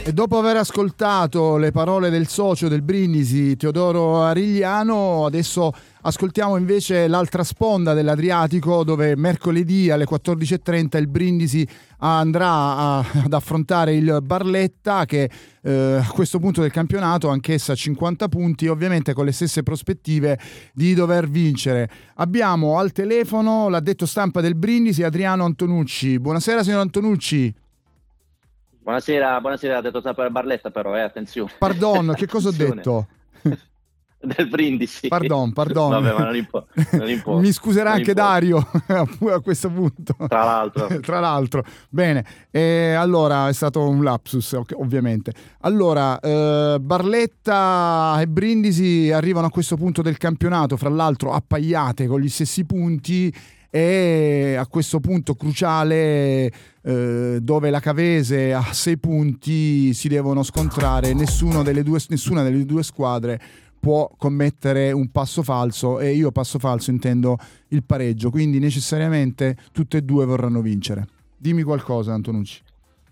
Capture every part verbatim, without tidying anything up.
E dopo aver ascoltato le parole del socio del Brindisi, Teodoro Arigliano, adesso ascoltiamo invece l'altra sponda dell'Adriatico, dove mercoledì alle quattordici e trenta il Brindisi andrà a, ad affrontare il Barletta, che eh, a questo punto del campionato, anch'essa a cinquanta punti, ovviamente con le stesse prospettive di dover vincere. Abbiamo al telefono l'addetto stampa del Brindisi, Adriano Antonucci. Buonasera signor Antonucci. Buonasera, buonasera, ha detto sempre Barletta però, eh, attenzione. Pardon, che cosa ho Attenzione. detto? Del Brindisi. Pardon, pardon. Vabbè, ma non importa, non importa. Mi scuserà non anche importa. Dario a questo punto. Tra l'altro. Tra l'altro. Bene, eh, allora è stato un lapsus, ov- ovviamente. Allora, eh, Barletta e Brindisi arrivano a questo punto del campionato, fra l'altro appaiate con gli stessi punti, e a questo punto cruciale eh, dove la Cavese ha sei punti si devono scontrare, nessuno delle due, nessuna delle due squadre può commettere un passo falso, e io passo falso intendo il pareggio, quindi necessariamente tutte e due vorranno vincere. Dimmi qualcosa, Antonucci.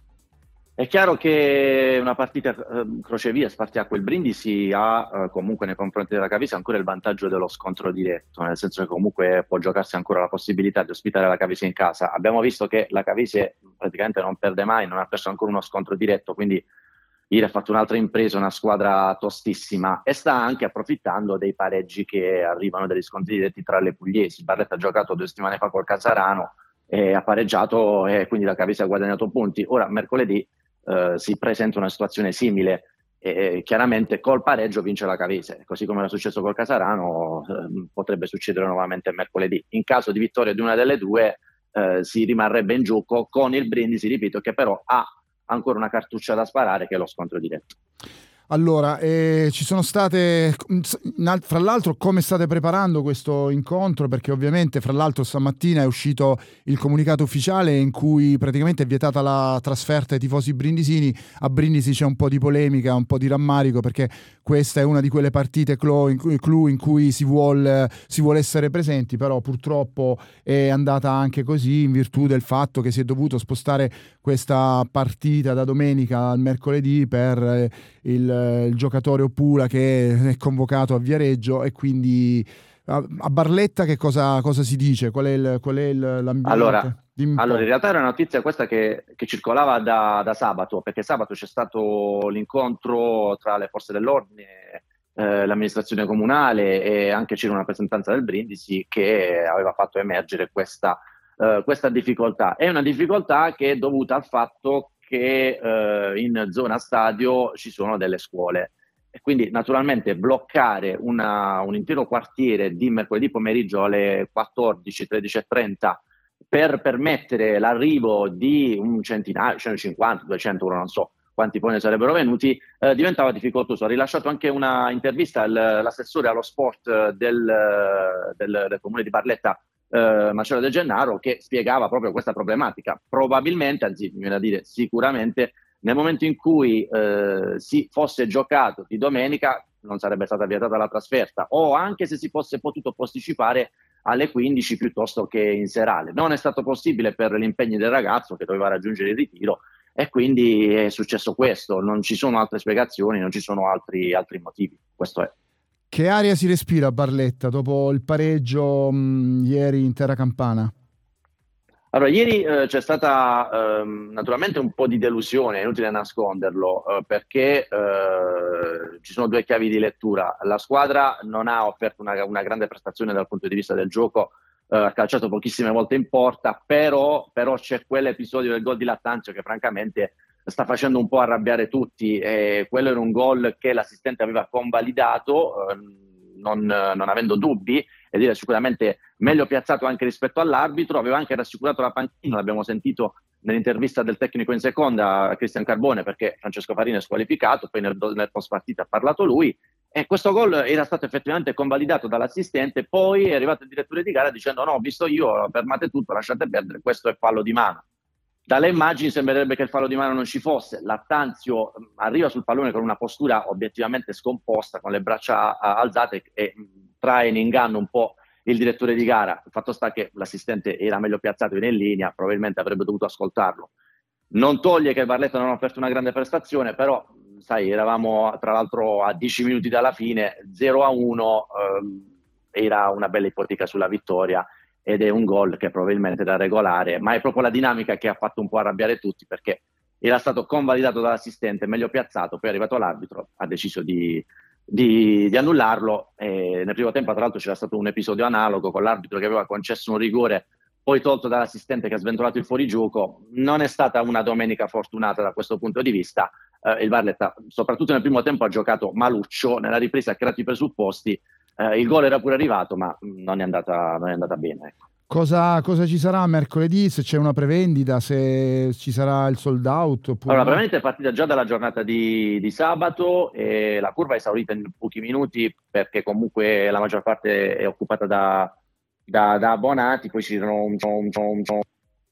È chiaro che una partita eh, crocevia, spartiacque, il Brindisi ha eh, comunque nei confronti della Cavese ancora il vantaggio dello scontro diretto, nel senso che comunque può giocarsi ancora la possibilità di ospitare la Cavese in casa. Abbiamo visto che la Cavese praticamente non perde mai, non ha perso ancora uno scontro diretto, quindi ieri ha fatto un'altra impresa, una squadra tostissima, e sta anche approfittando dei pareggi che arrivano dagli scontri diretti tra le pugliesi. Barletta ha giocato due settimane fa col Casarano e ha pareggiato, e quindi la Cavese ha guadagnato punti. Ora mercoledì eh, si presenta una situazione simile, e chiaramente col pareggio vince la Cavese, così come era successo col Casarano eh, potrebbe succedere nuovamente mercoledì. In caso di vittoria di una delle due eh, si rimarrebbe in gioco con il Brindisi, ripeto, che però ha ancora una cartuccia da sparare, che è lo scontro diretto. Allora, eh, ci sono state, fra l'altro, come state preparando questo incontro? Perché ovviamente, fra l'altro, stamattina è uscito il comunicato ufficiale in cui praticamente è vietata la trasferta ai tifosi brindisini. A Brindisi c'è un po' di polemica, un po' di rammarico, perché questa è una di quelle partite clou in cui, clou in cui si vuole si vuole essere presenti, però purtroppo è andata anche così in virtù del fatto che si è dovuto spostare questa partita da domenica al mercoledì per eh, il il giocatore Opula che è convocato a Viareggio, e quindi a, a Barletta che cosa, cosa si dice? Qual è, il, qual è il, l'ambiente? Allora, Dimmi un allora, po'. in realtà era una notizia questa che, che circolava da, da sabato, perché sabato c'è stato l'incontro tra le forze dell'ordine, eh, l'amministrazione comunale, e anche c'era una rappresentanza del Brindisi che aveva fatto emergere questa, eh, questa difficoltà. È una difficoltà che è dovuta al fatto che eh, in zona stadio ci sono delle scuole, e quindi naturalmente bloccare una, un intero quartiere di mercoledì pomeriggio alle quattordici, tredici e trenta per permettere l'arrivo di un centinaio, centocinquanta, duecento, ora non so quanti poi ne sarebbero venuti, eh, diventava difficoltoso. Ha rilasciato anche una intervista l'assessore allo sport del, del, del comune di Barletta, eh, Marcello De Gennaro, che spiegava proprio questa problematica. Probabilmente, anzi mi viene a dire sicuramente, nel momento in cui eh, si fosse giocato di domenica non sarebbe stata vietata la trasferta, o anche se si fosse potuto posticipare alle quindici piuttosto che in serale. Non è stato possibile per gli impegni del ragazzo che doveva raggiungere il ritiro, e quindi è successo questo. Non ci sono altre spiegazioni, non ci sono altri, altri motivi. Questo è. Che aria si respira a Barletta dopo il pareggio mh, ieri in terra campana? Allora, ieri eh, c'è stata ehm, naturalmente un po' di delusione, è inutile nasconderlo, eh, perché eh, ci sono due chiavi di lettura. La squadra non ha offerto una, una grande prestazione dal punto di vista del gioco, eh, ha calciato pochissime volte in porta, però, però c'è quell'episodio del gol di Lattanzio che francamente sta facendo un po' arrabbiare tutti. E quello era un gol che l'assistente aveva convalidato, eh, non, non avendo dubbi, e dire sicuramente meglio piazzato anche rispetto all'arbitro. Aveva anche rassicurato la panchina, l'abbiamo sentito nell'intervista del tecnico in seconda, Cristian Carbone, perché Francesco Farina è squalificato, poi nel, nel post partita ha parlato lui, e questo gol era stato effettivamente convalidato dall'assistente. Poi è arrivato il direttore di gara dicendo: no, ho visto io, fermate tutto, lasciate perdere, questo è fallo di mano. Dalle immagini sembrerebbe che il fallo di mano non ci fosse. Lattanzio arriva sul pallone con una postura obiettivamente scomposta, con le braccia alzate, e trae in inganno un po' il direttore di gara. Il fatto sta che l'assistente era meglio piazzato in linea, probabilmente avrebbe dovuto ascoltarlo. Non toglie che il Barletta non ha offerto una grande prestazione, però sai, eravamo tra l'altro a dieci minuti dalla fine, zero a uno, ehm, era una bella ipoteca sulla vittoria, ed è un gol che probabilmente è da regolare, ma è proprio la dinamica che ha fatto un po' arrabbiare tutti, perché era stato convalidato dall'assistente, meglio piazzato, poi è arrivato l'arbitro, ha deciso di, di, di annullarlo, e nel primo tempo tra l'altro c'era stato un episodio analogo con l'arbitro che aveva concesso un rigore poi tolto dall'assistente che ha sventolato il fuorigioco. Non è stata una domenica fortunata da questo punto di vista. Eh, il Barletta, soprattutto nel primo tempo, ha giocato maluccio, nella ripresa ha creato i presupposti, eh, il gol era pure arrivato, ma non è andata, non è andata bene. Ecco. Cosa, cosa ci sarà mercoledì? Se c'è una prevendita, se ci sarà il sold out? Oppure Allora, no? la prevendita è partita già dalla giornata di, di sabato, e la curva è esaurita in pochi minuti perché comunque la maggior parte è occupata da, da, da abbonati, poi ci sono un, un, un, un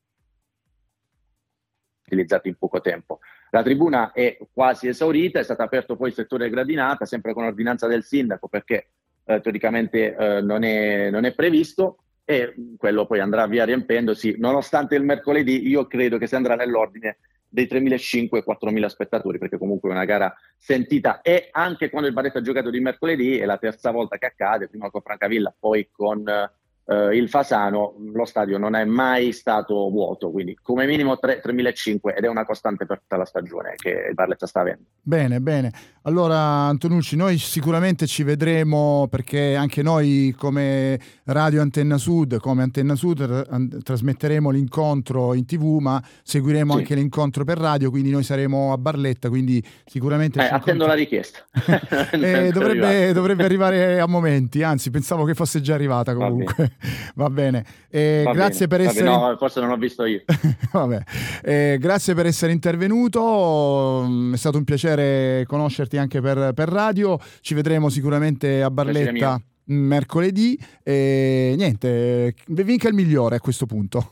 utilizzati in poco tempo. La tribuna è quasi esaurita, è stato aperto poi il settore gradinata, sempre con ordinanza del sindaco, perché eh, teoricamente eh, non, è, non è previsto, e quello poi andrà via riempendosi, nonostante il mercoledì io credo che si andrà nell'ordine dei tremilacinquecento quattromila spettatori, perché comunque è una gara sentita, e anche quando il Barletta ha giocato di mercoledì è la terza volta che accade, prima con Francavilla, poi con Uh, il Fasano, lo stadio non è mai stato vuoto, quindi come minimo tremilacinquecento, ed è una costante per tutta la stagione che il Barletta sta avendo. Bene, bene. Allora Antonucci, noi sicuramente ci vedremo, perché anche noi come Radio Antenna Sud, come Antenna Sud r- trasmetteremo l'incontro in tivù, ma seguiremo Sì. anche l'incontro per radio, quindi noi saremo a Barletta, quindi sicuramente... Eh, ci attendo incontri- la richiesta. eh, dovrebbe, dovrebbe arrivare a momenti, anzi pensavo che fosse già arrivata comunque. Va bene, eh, va grazie bene, per essere... No, forse non ho visto io. Vabbè. Eh, grazie per essere intervenuto, è stato un piacere conoscerti anche per, per radio, ci vedremo sicuramente a Barletta mercoledì e niente, vinca il migliore a questo punto.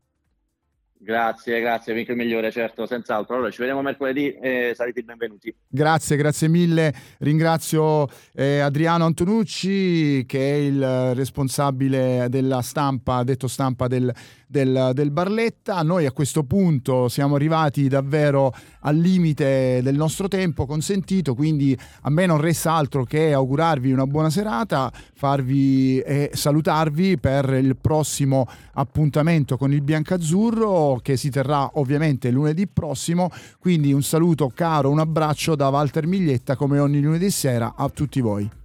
Grazie, grazie, vinca il migliore, certo, senz'altro. Allora, ci vediamo mercoledì e sarete i benvenuti. Grazie, grazie mille. Ringrazio eh, Adriano Antonucci, che è il responsabile della stampa, detto stampa del, del, del Barletta. Noi a questo punto siamo arrivati davvero al limite del nostro tempo consentito, quindi a me non resta altro che augurarvi una buona serata, farvi e eh, salutarvi per il prossimo appuntamento con il Biancazzurro, che si terrà ovviamente lunedì prossimo. Quindi un saluto caro, un abbraccio da Walter Miglietta, come ogni lunedì sera, a tutti voi.